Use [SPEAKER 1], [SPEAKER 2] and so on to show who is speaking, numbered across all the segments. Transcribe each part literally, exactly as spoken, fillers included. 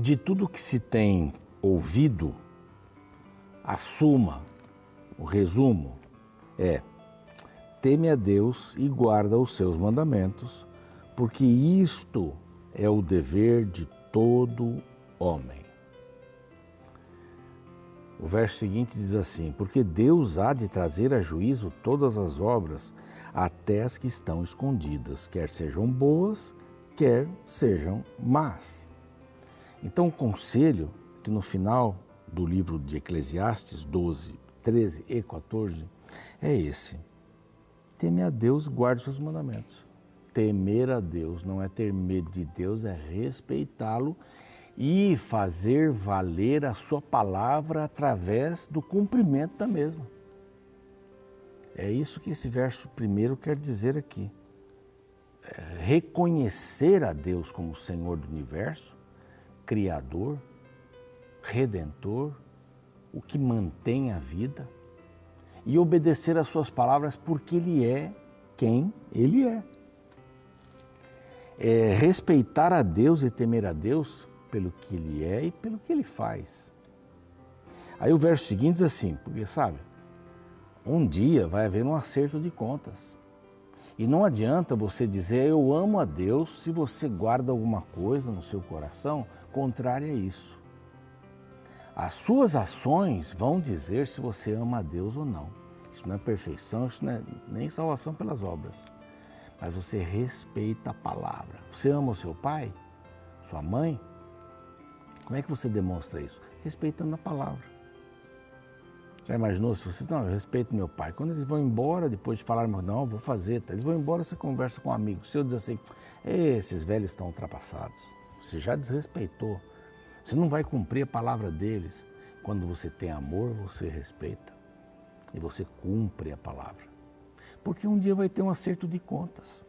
[SPEAKER 1] De tudo que se tem ouvido, a suma, o resumo é: teme a Deus e guarda os seus mandamentos, porque isto é o dever de todo homem. O verso seguinte diz assim: porque Deus há de trazer a juízo todas as obras, até as que estão escondidas, quer sejam boas, quer sejam más. Então, o conselho que no final do livro de Eclesiastes doze, treze e quatorze é esse: teme a Deus, guarde os seus mandamentos. Temer a Deus não é ter medo de Deus, é respeitá-lo e fazer valer a sua palavra através do cumprimento da mesma. É isso que esse verso primeiro quer dizer aqui. É reconhecer a Deus como Senhor do universo, Criador, Redentor, o que mantém a vida, e obedecer às suas palavras porque Ele é quem Ele é. É respeitar a Deus e temer a Deus pelo que Ele é e pelo que Ele faz. Aí o verso seguinte diz assim, porque sabe, um dia vai haver um acerto de contas. E não adianta você dizer eu amo a Deus se você guarda alguma coisa no seu coração contrária a isso. As suas ações vão dizer se você ama a Deus ou não. Isso não é perfeição, isso não é nem salvação pelas obras. Mas você respeita a palavra. Você ama o seu pai, sua mãe? Como é que você demonstra isso? Respeitando a palavra. Já imaginou se você, não, eu respeito meu pai. Quando eles vão embora, depois de falar, não, eu vou fazer, tá? Eles vão embora, você conversa com um amigo. Se eu dizer assim, esses velhos estão ultrapassados, você já desrespeitou. Você não vai cumprir a palavra deles. Quando você tem amor, você respeita. E você cumpre a palavra. Porque um dia vai ter um acerto de contas.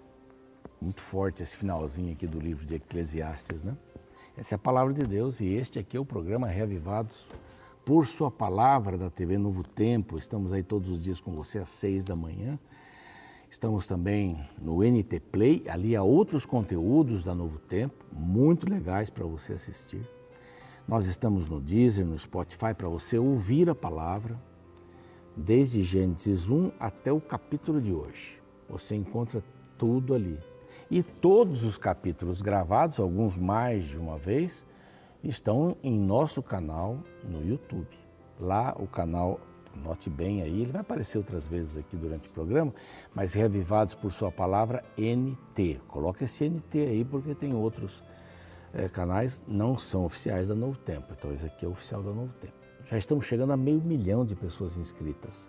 [SPEAKER 1] Muito forte esse finalzinho aqui do livro de Eclesiastes, né? Essa é a palavra de Deus e este aqui é o programa Reavivados por sua palavra da T V Novo Tempo. Estamos aí todos os dias com você às seis da manhã. Estamos também no N T Play, ali há outros conteúdos da Novo Tempo, muito legais para você assistir. Nós estamos no Deezer, no Spotify, para você ouvir a palavra, desde Gênesis um até o capítulo de hoje. Você encontra tudo ali. E todos os capítulos gravados, alguns mais de uma vez, estão em nosso canal no YouTube. Lá o canal, note bem aí, ele vai aparecer outras vezes aqui durante o programa, mas Reavivados por sua palavra N T. Coloca esse N T aí porque tem outros é, canais, não são oficiais da Novo Tempo. Então esse aqui é oficial da Novo Tempo. Já estamos chegando a meio milhão de pessoas inscritas.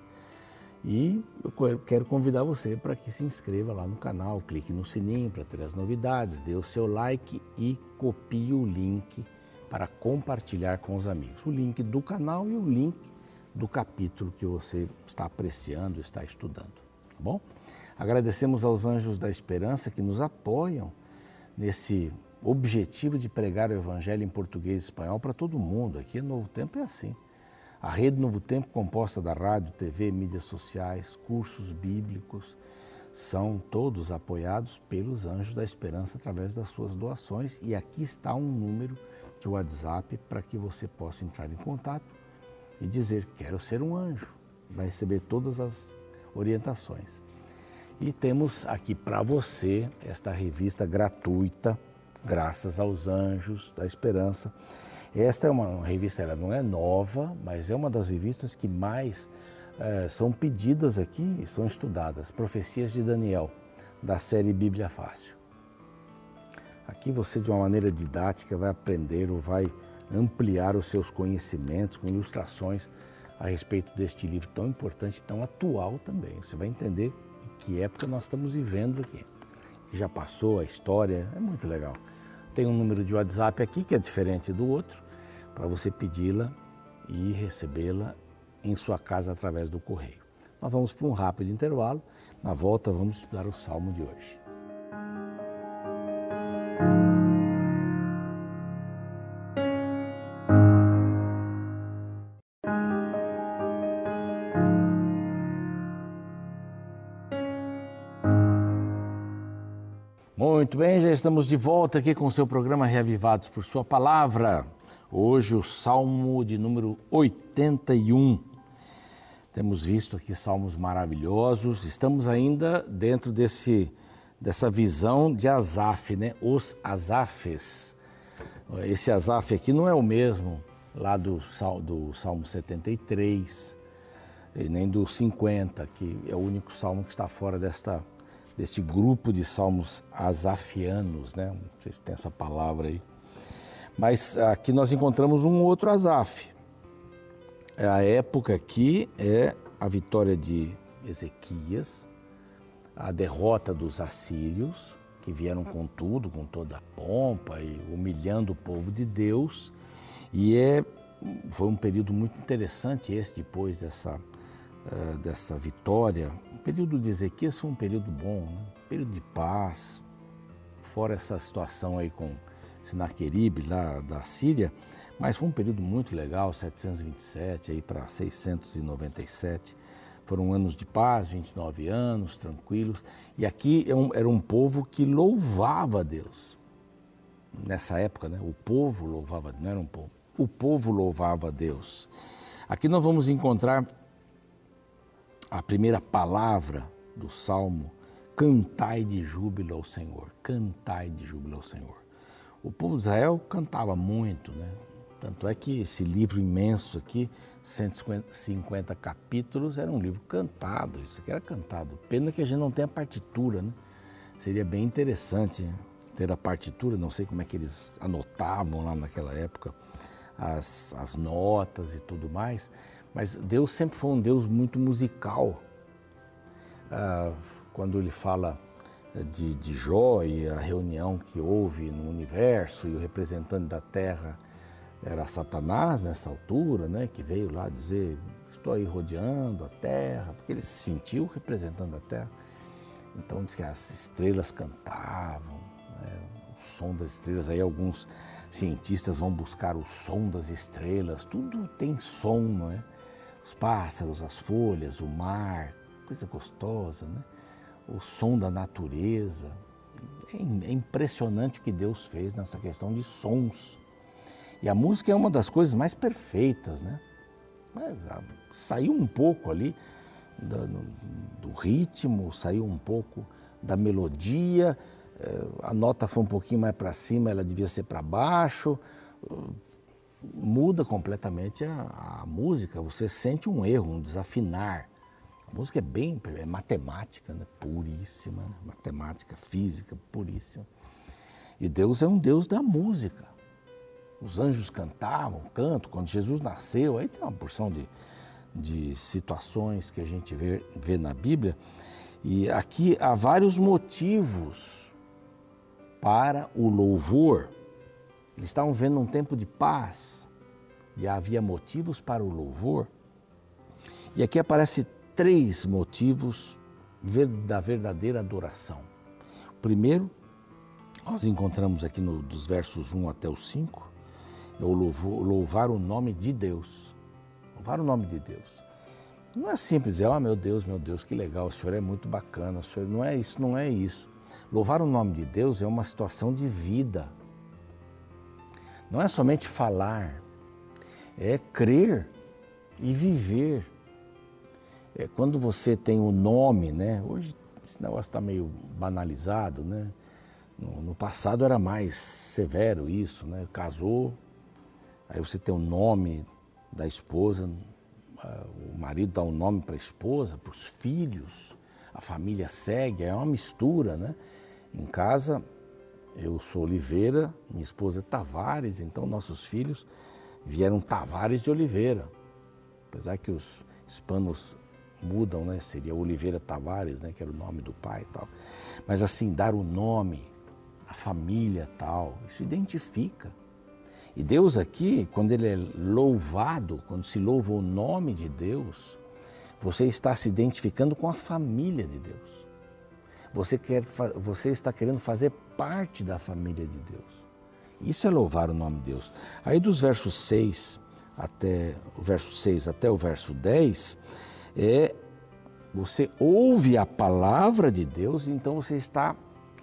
[SPEAKER 1] E eu quero convidar você para que se inscreva lá no canal, clique no sininho para ter as novidades, dê o seu like e copie o link para compartilhar com os amigos. O link do canal e o link do capítulo que você está apreciando, está estudando. Tá bom? Agradecemos aos Anjos da Esperança que nos apoiam nesse objetivo de pregar o Evangelho em português e espanhol para todo mundo. Aqui no Novo Tempo é assim. A Rede Novo Tempo, composta da rádio, T V, mídias sociais, cursos bíblicos, são todos apoiados pelos Anjos da Esperança através das suas doações. E aqui está um número de WhatsApp para que você possa entrar em contato e dizer, quero ser um anjo. Vai receber todas as orientações. E temos aqui para você esta revista gratuita, graças aos Anjos da Esperança. Esta é uma revista, ela não é nova, mas é uma das revistas que mais é, são pedidas aqui e são estudadas. Profecias de Daniel, da série Bíblia Fácil. Aqui você, de uma maneira didática, vai aprender ou vai ampliar os seus conhecimentos com ilustrações a respeito deste livro tão importante e tão atual também. Você vai entender em que época nós estamos vivendo aqui. Que já passou a história, é muito legal. Tem um número de WhatsApp aqui que é diferente do outro, para você pedi-la e recebê-la em sua casa através do correio. Nós vamos para um rápido intervalo. Na volta vamos estudar o Salmo de hoje. Muito bem, já estamos de volta aqui com o seu programa Reavivados por Sua Palavra. Hoje o Salmo de número oitenta e um. Temos visto aqui salmos maravilhosos. Estamos ainda dentro desse, dessa visão de Asaf, né? Os Asafes. Esse Asaf aqui não é o mesmo lá do, do Salmo setenta e três, e nem do cinquenta, que é o único salmo que está fora desta, deste grupo de salmos asafianos, né? Não sei se tem essa palavra aí. Mas aqui nós encontramos um outro Asaf. A época aqui é a vitória de Ezequias, a derrota dos assírios, que vieram com tudo, com toda a pompa e humilhando o povo de Deus. E é, foi um período muito interessante esse, depois dessa, uh, dessa vitória. O período de Ezequias foi um período bom, né? Um período de paz, fora essa situação aí com Senaqueribe, lá da Síria, mas foi um período muito legal, setecentos e vinte e sete aí para seiscentos e noventa e sete. Foram anos de paz, vinte e nove anos, tranquilos. E aqui era um povo que louvava a Deus. Nessa época, né? O povo louvava, não era um povo, o povo louvava a Deus. Aqui nós vamos encontrar a primeira palavra do Salmo: cantai de júbilo ao Senhor, cantai de júbilo ao Senhor. O povo de Israel cantava muito, né? Tanto é que esse livro imenso aqui, cento e cinquenta capítulos, era um livro cantado, isso aqui era cantado. Pena que a gente não tem a partitura, né? Seria bem interessante ter a partitura, não sei como é que eles anotavam lá naquela época as, as notas e tudo mais, mas Deus sempre foi um Deus muito musical. Ah, quando ele fala de, de Jó e a reunião que houve no universo e o representante da terra era Satanás nessa altura, né, que veio lá dizer: estou aí rodeando a terra, porque ele se sentiu representando a terra. Então diz que as estrelas cantavam, né, o som das estrelas. Aí alguns cientistas vão buscar o som das estrelas, tudo tem som, não é? Os pássaros, as folhas, o mar, coisa gostosa, né? O som da natureza. É impressionante o que Deus fez nessa questão de sons. E a música é uma das coisas mais perfeitas, né? Saiu um pouco ali do, do ritmo, saiu um pouco da melodia, a nota foi um pouquinho mais para cima, ela devia ser para baixo, muda completamente a, a música, você sente um erro, um desafinar. A música é bem, é matemática, né? Puríssima, né? Matemática, física, puríssima. E Deus é um Deus da música. Os anjos cantavam, canto, quando Jesus nasceu, aí tem uma porção de, de situações que a gente vê, vê na Bíblia. E aqui há vários motivos para o louvor. Eles estavam vendo um tempo de paz e havia motivos para o louvor. E aqui aparece três motivos da verdadeira adoração. O primeiro, nós encontramos aqui no, dos versos um até o cinco, é o louvor, louvar o nome de Deus. Louvar o nome de Deus. Não é simples dizer: oh, meu Deus, meu Deus, que legal, o Senhor é muito bacana, o Senhor... Não é isso, não é isso. Louvar o nome de Deus é uma situação de vida. Não é somente falar, é crer e viver. É, quando você tem o nome, né? Hoje esse negócio está meio banalizado, né? No, no passado era mais severo isso, né? Casou, aí você tem o nome da esposa, o marido dá um nome para a esposa, para os filhos, a família segue, é uma mistura, né? Em casa, eu sou Oliveira, minha esposa é Tavares, então nossos filhos vieram Tavares de Oliveira, apesar que os hispanos mudam, né? Seria Oliveira Tavares, né? Que era o nome do pai e tal. Mas assim, dar o nome, a família tal, isso identifica. E Deus aqui, quando Ele é louvado, quando se louva o nome de Deus, você está se identificando com a família de Deus. Você, quer, você está querendo fazer parte da família de Deus. Isso é louvar o nome de Deus. Aí dos versos seis até o verso seis até o verso dez, é, você ouve a palavra de Deus, então você está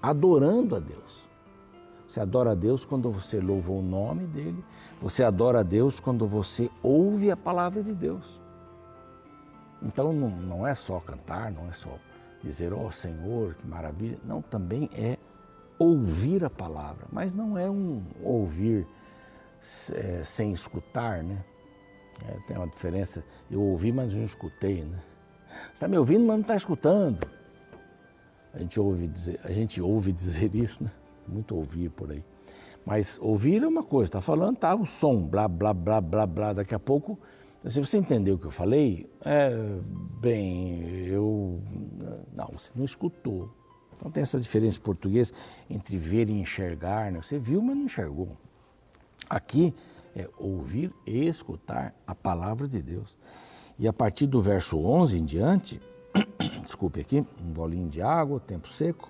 [SPEAKER 1] adorando a Deus. Você adora a Deus quando você louva o nome dEle. Você adora a Deus quando você ouve a palavra de Deus. Então não, não é só cantar, não é só dizer, ó Senhor, que maravilha. Não, também é ouvir a palavra. Mas não é um ouvir é, sem escutar, né? É, tem uma diferença. Eu ouvi, mas não escutei, né? Você está me ouvindo, mas não está escutando. A gente ouve dizer, a gente ouve dizer isso, né? Muito ouvir por aí. Mas ouvir é uma coisa, está falando, tá o som, blá, blá, blá, blá, blá. Daqui a pouco, se você entendeu o que eu falei, é, bem, eu... Não, você não escutou. Então tem essa diferença em português entre ver e enxergar, né? Você viu, mas não enxergou. Aqui é ouvir e escutar a palavra de Deus. E a partir do verso onze em diante, desculpe aqui, um bolinho de água, tempo seco.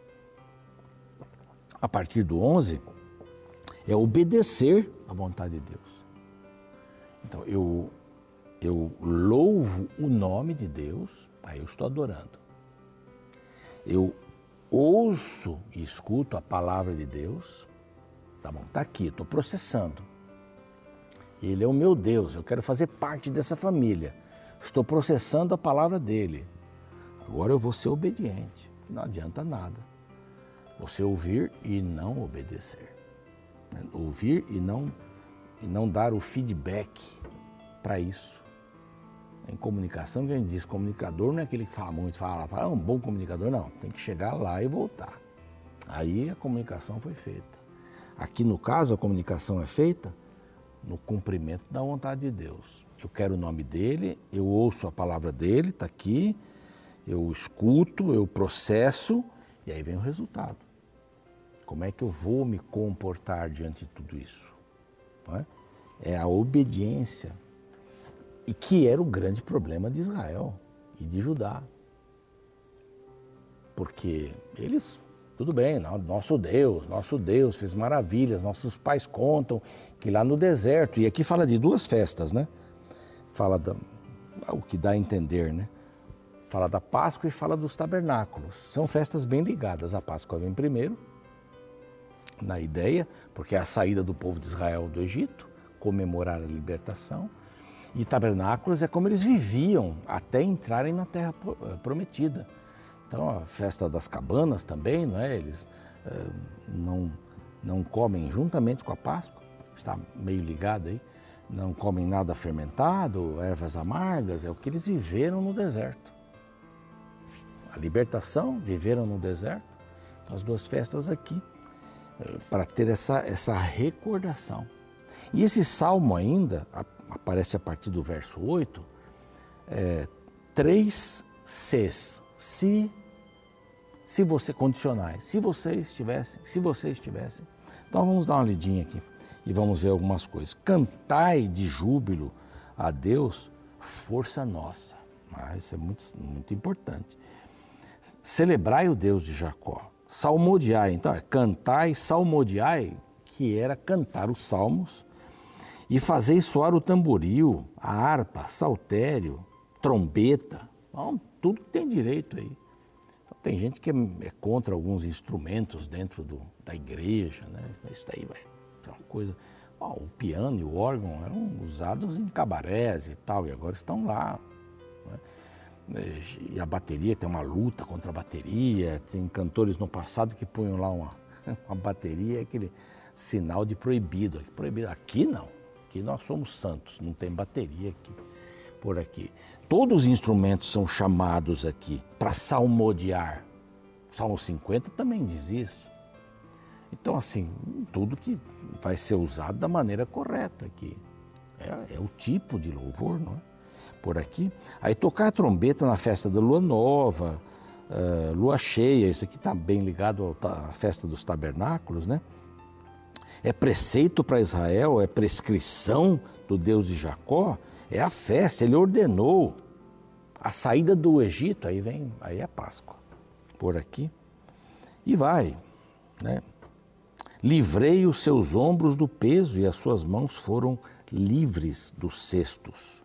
[SPEAKER 1] A partir do onze, é obedecer à vontade de Deus. Então, eu, eu louvo o nome de Deus, aí eu estou adorando. Eu ouço e escuto a palavra de Deus, tá bom, tá aqui, estou processando. Ele é o meu Deus, eu quero fazer parte dessa família. Estou processando a palavra dele. Agora eu vou ser obediente, não adianta nada. Você ouvir e não obedecer. Ouvir e não, e não dar o feedback para isso. Em comunicação, que a gente diz, comunicador não é aquele que fala muito, fala, fala, é um bom comunicador, não. Tem que chegar lá e voltar. Aí a comunicação foi feita. Aqui no caso, a comunicação é feita no cumprimento da vontade de Deus. Eu quero o nome dele, eu ouço a palavra dele, está aqui, eu escuto, eu processo, e aí vem o resultado. Como é que eu vou me comportar diante de tudo isso? Não é? É a obediência, e que era o grande problema de Israel e de Judá. Porque eles, tudo bem, nosso Deus, nosso Deus fez maravilhas, nossos pais contam que lá no deserto, e aqui fala de duas festas, né? Fala da, o que dá a entender, né? Fala da Páscoa e fala dos tabernáculos. São festas bem ligadas. A Páscoa vem primeiro, na ideia, porque é a saída do povo de Israel do Egito, comemorar a libertação. E tabernáculos é como eles viviam até entrarem na Terra Prometida. Então a festa das cabanas também, não é? Eles é, não, não comem juntamente com a Páscoa, está meio ligado aí, não comem nada fermentado, ervas amargas, é o que eles viveram no deserto. A libertação, viveram no deserto, as duas festas aqui, para ter essa, essa recordação. E esse salmo ainda, aparece a partir do verso oito, é, três Cs. Se, se você, condicionais, se vocês estivessem, se vocês estivessem. Então vamos dar uma lidinha aqui e vamos ver algumas coisas. Cantai de júbilo a Deus, força nossa. Ah, isso é muito, muito importante. Celebrai o Deus de Jacó. Salmodiai, então é cantai, salmodiai, que era cantar os salmos, e fazei soar o tamboril, a harpa, saltério, trombeta, então, tudo que tem direito aí. Então, tem gente que é, é contra alguns instrumentos dentro do, da igreja, né? Isso daí vai ser uma coisa... Ó, o piano e o órgão eram usados em cabarés e tal, e agora estão lá, né? E a bateria, tem uma luta contra a bateria, tem cantores no passado que punham lá uma, uma bateria, aquele sinal de proibido. proibido. Aqui não, aqui nós somos santos, não tem bateria aqui, por aqui. Todos os instrumentos são chamados aqui para salmodiar. Salmo cinquenta também diz isso. Então assim, tudo que vai ser usado da maneira correta aqui. É, é o tipo de louvor, não é? Por aqui. Aí tocar a trombeta na festa da lua nova, uh, lua cheia, isso aqui está bem ligado à festa dos tabernáculos, né? É preceito para Israel, é prescrição do Deus de Jacó, é a festa, ele ordenou a saída do Egito, aí vem, aí é a Páscoa, por aqui, e vai, né? Livrei os seus ombros do peso e as suas mãos foram livres dos cestos.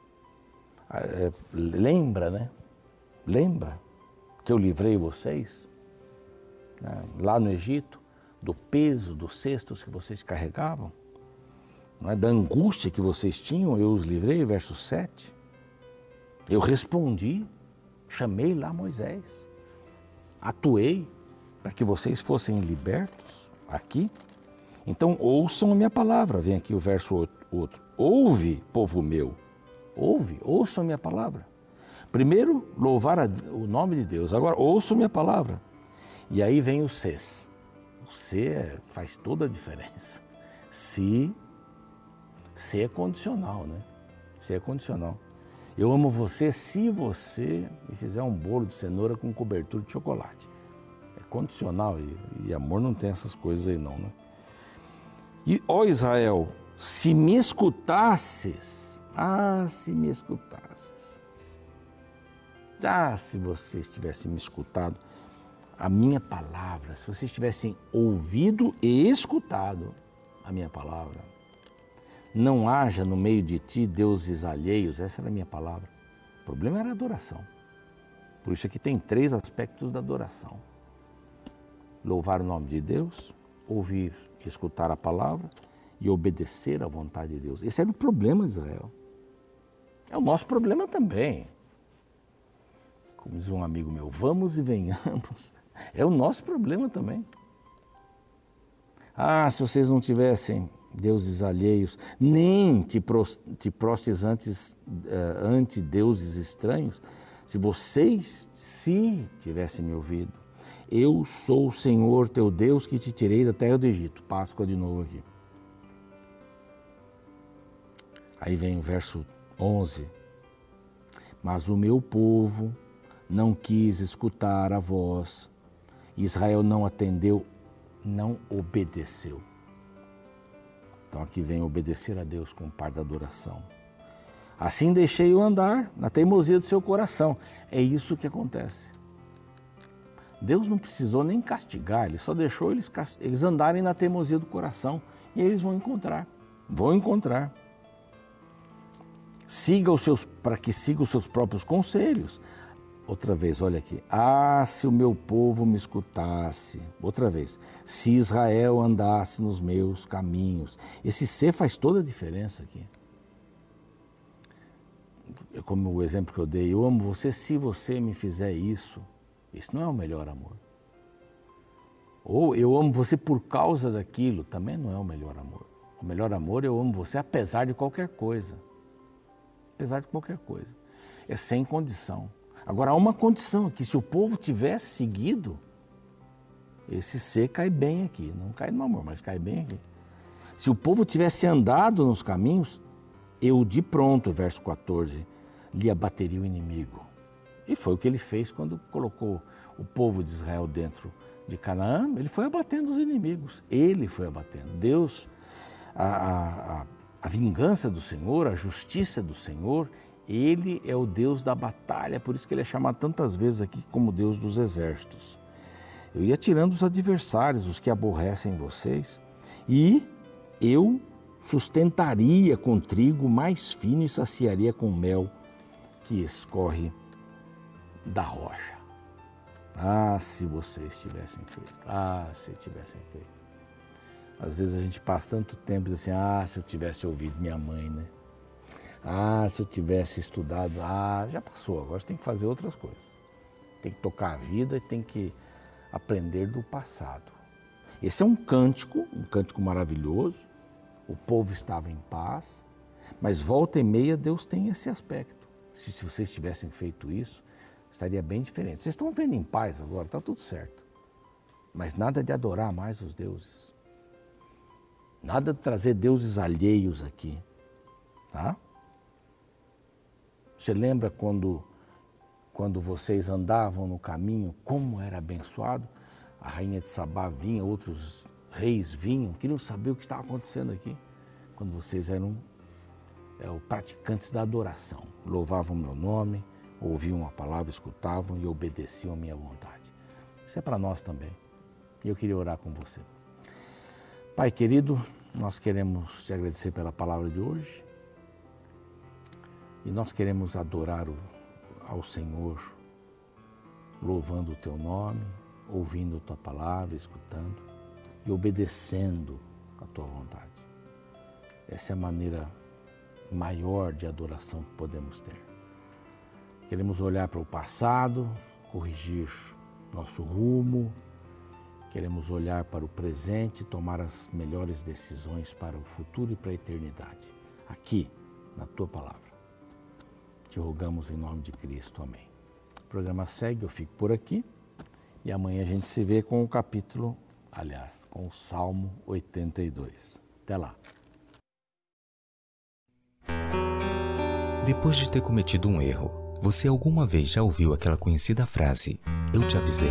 [SPEAKER 1] É, lembra, né? Lembra que eu livrei vocês? né, lá no Egito, do peso dos cestos que vocês carregavam, não é, da angústia que vocês tinham, eu os livrei, verso sete. Eu respondi, chamei lá Moisés, atuei para que vocês fossem libertos aqui. Então ouçam a minha palavra, vem aqui o verso outro. Ouve, povo meu, ouve, ouçam a minha palavra. Primeiro, louvar a, o nome de Deus, agora ouçam a minha palavra. E aí vem o Cs. O C é, faz toda a diferença. Se, se é condicional, né? Se é condicional. Eu amo você se você me fizer um bolo de cenoura com cobertura de chocolate. É condicional e, e amor não tem essas coisas aí não, né? E, ó Israel, se me escutasses, ah, se me escutasses, ah, se vocês tivessem me escutado, a minha palavra, se vocês tivessem ouvido e escutado a minha palavra, não haja no meio de ti deuses alheios, essa era a minha palavra. O problema era a adoração. Por isso aqui tem três aspectos da adoração. Louvar o nome de Deus, ouvir e escutar a palavra e obedecer à vontade de Deus. Esse era o problema de Israel. É o nosso problema também. Como diz um amigo meu, vamos e venhamos. É o nosso problema também. Ah, se vocês não tivessem deuses alheios, nem te, pros, te prostes antes, uh, ante deuses estranhos, se vocês, se tivessem me ouvido, eu sou o Senhor teu Deus que te tirei da terra do Egito. Páscoa de novo aqui. Aí vem o verso onze. Mas o meu povo não quis escutar a voz. Israel não atendeu, não obedeceu. Então aqui vem obedecer a Deus com parte da adoração. Assim deixei-o andar na teimosia do seu coração. É isso que acontece. Deus não precisou nem castigar, Ele só deixou eles, eles andarem na teimosia do coração. E eles vão encontrar, vão encontrar. Siga os seus, para que siga os seus próprios conselhos. Outra vez, olha aqui. Ah, se o meu povo me escutasse. Outra vez. Se Israel andasse nos meus caminhos. Esse ser faz toda a diferença aqui. É como o exemplo que eu dei. Eu amo você se você me fizer isso. Isso não é o melhor amor. Ou eu amo você por causa daquilo. Também não é o melhor amor. O melhor amor é eu amo você apesar de qualquer coisa. Apesar de qualquer coisa. É sem condição. Agora, há uma condição aqui, se o povo tivesse seguido, esse ser cai bem aqui, não cai no amor, mas cai bem aqui. Se o povo tivesse andado nos caminhos, eu de pronto, verso quatorze, lhe abateria o inimigo. E foi o que ele fez quando colocou o povo de Israel dentro de Canaã, ele foi abatendo os inimigos, ele foi abatendo. Deus, a, a, a vingança do Senhor, a justiça do Senhor, Ele é o Deus da batalha, por isso que Ele é chamado tantas vezes aqui como Deus dos exércitos. Eu ia tirando os adversários, os que aborrecem vocês, e eu sustentaria com trigo mais fino e saciaria com mel que escorre da rocha. Ah, se vocês tivessem feito, ah, se tivessem feito. Às vezes a gente passa tanto tempo assim, ah, se eu tivesse ouvido minha mãe, né? Ah, se eu tivesse estudado, ah, já passou, agora você tem que fazer outras coisas. Tem que tocar a vida e tem que aprender do passado. Esse é um cântico, um cântico maravilhoso, o povo estava em paz, mas volta e meia Deus tem esse aspecto. Se, se vocês tivessem feito isso, estaria bem diferente. Vocês estão vendo em paz agora, está tudo certo. Mas nada de adorar mais os deuses. Nada de trazer deuses alheios aqui, tá? Você lembra quando, quando vocês andavam no caminho, como era abençoado? A rainha de Sabá vinha, outros reis vinham, queriam saber o que estava acontecendo aqui. Quando vocês eram é, praticantes da adoração, louvavam o meu nome, ouviam a palavra, escutavam e obedeciam a minha vontade. Isso é para nós também. E eu queria orar com você. Pai querido, nós queremos te agradecer pela palavra de hoje. E nós queremos adorar o, ao Senhor, louvando o Teu nome, ouvindo a Tua palavra, escutando e obedecendo a Tua vontade. Essa é a maneira maior de adoração que podemos ter. Queremos olhar para o passado, corrigir nosso rumo, queremos olhar para o presente e tomar as melhores decisões para o futuro e para a eternidade. Aqui, na Tua palavra. Te rogamos em nome de Cristo. Amém. O programa segue, eu fico por aqui e amanhã a gente se vê com o capítulo, aliás, com o Salmo oitenta e dois. Até lá.
[SPEAKER 2] Depois de ter cometido um erro, você alguma vez já ouviu aquela conhecida frase, "Eu te avisei"?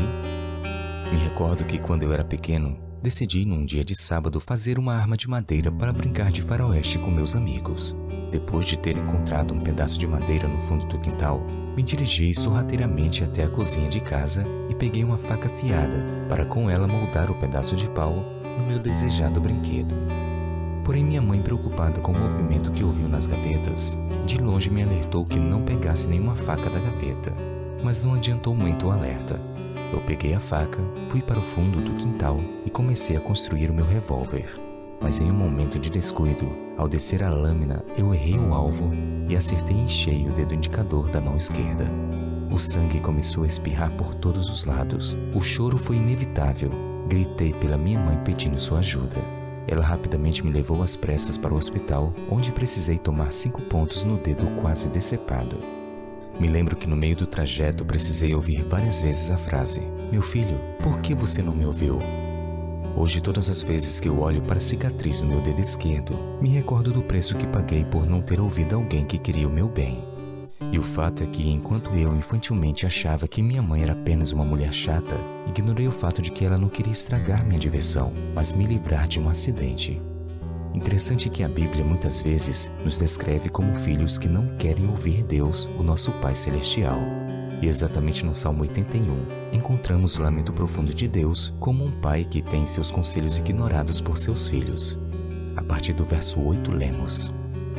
[SPEAKER 2] Me recordo que quando eu era pequeno, decidi num dia de sábado fazer uma arma de madeira para brincar de faroeste com meus amigos. Depois de ter encontrado um pedaço de madeira no fundo do quintal, me dirigi sorrateiramente até a cozinha de casa e peguei uma faca afiada para com ela moldar o pedaço de pau no meu desejado brinquedo. Porém, minha mãe, preocupada com o movimento que ouviu nas gavetas, de longe me alertou que não pegasse nenhuma faca da gaveta, mas não adiantou muito o alerta. Eu peguei a faca, fui para o fundo do quintal e comecei a construir o meu revólver. Mas em um momento de descuido, ao descer a lâmina, eu errei o alvo e acertei em cheio o dedo indicador da mão esquerda. O sangue começou a espirrar por todos os lados. O choro foi inevitável. Gritei pela minha mãe pedindo sua ajuda. Ela rapidamente me levou às pressas para o hospital, onde precisei tomar cinco pontos no dedo quase decepado. Me lembro que no meio do trajeto precisei ouvir várias vezes a frase, "Meu filho, por que você não me ouviu?" Hoje, todas as vezes que eu olho para a cicatriz no meu dedo esquerdo, me recordo do preço que paguei por não ter ouvido alguém que queria o meu bem. E o fato é que, enquanto eu infantilmente achava que minha mãe era apenas uma mulher chata, ignorei o fato de que ela não queria estragar minha diversão, mas me livrar de um acidente. Interessante que a Bíblia muitas vezes nos descreve como filhos que não querem ouvir Deus, o nosso Pai Celestial. E exatamente no Salmo oitenta e um, encontramos o lamento profundo de Deus como um pai que tem seus conselhos ignorados por seus filhos. A partir do verso oito lemos: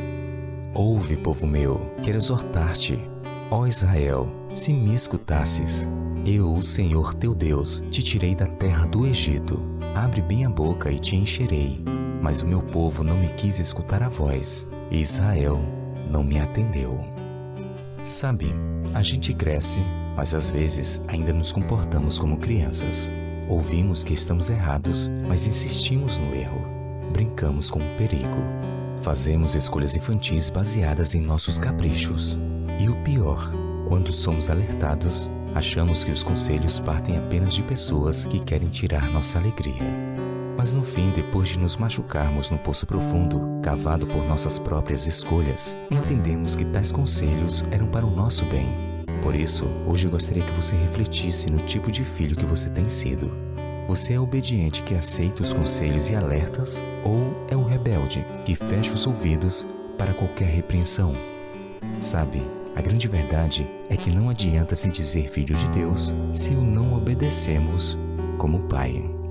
[SPEAKER 2] "Ouve, povo meu, quero exortar-te, ó Israel, se me escutasses. Eu, o Senhor teu Deus, te tirei da terra do Egito. Abre bem a boca e te encherei. Mas o meu povo não me quis escutar a voz, e Israel não me atendeu." Sabe, a gente cresce, mas às vezes ainda nos comportamos como crianças. Ouvimos que estamos errados, mas insistimos no erro. Brincamos com o perigo. Fazemos escolhas infantis baseadas em nossos caprichos. E o pior, quando somos alertados, achamos que os conselhos partem apenas de pessoas que querem tirar nossa alegria. Mas no fim, depois de nos machucarmos no poço profundo, cavado por nossas próprias escolhas, entendemos que tais conselhos eram para o nosso bem. Por isso, hoje eu gostaria que você refletisse no tipo de filho que você tem sido. Você é obediente que aceita os conselhos e alertas, ou é o rebelde que fecha os ouvidos para qualquer repreensão? Sabe, a grande verdade é que não adianta se dizer filho de Deus se o não obedecemos como pai.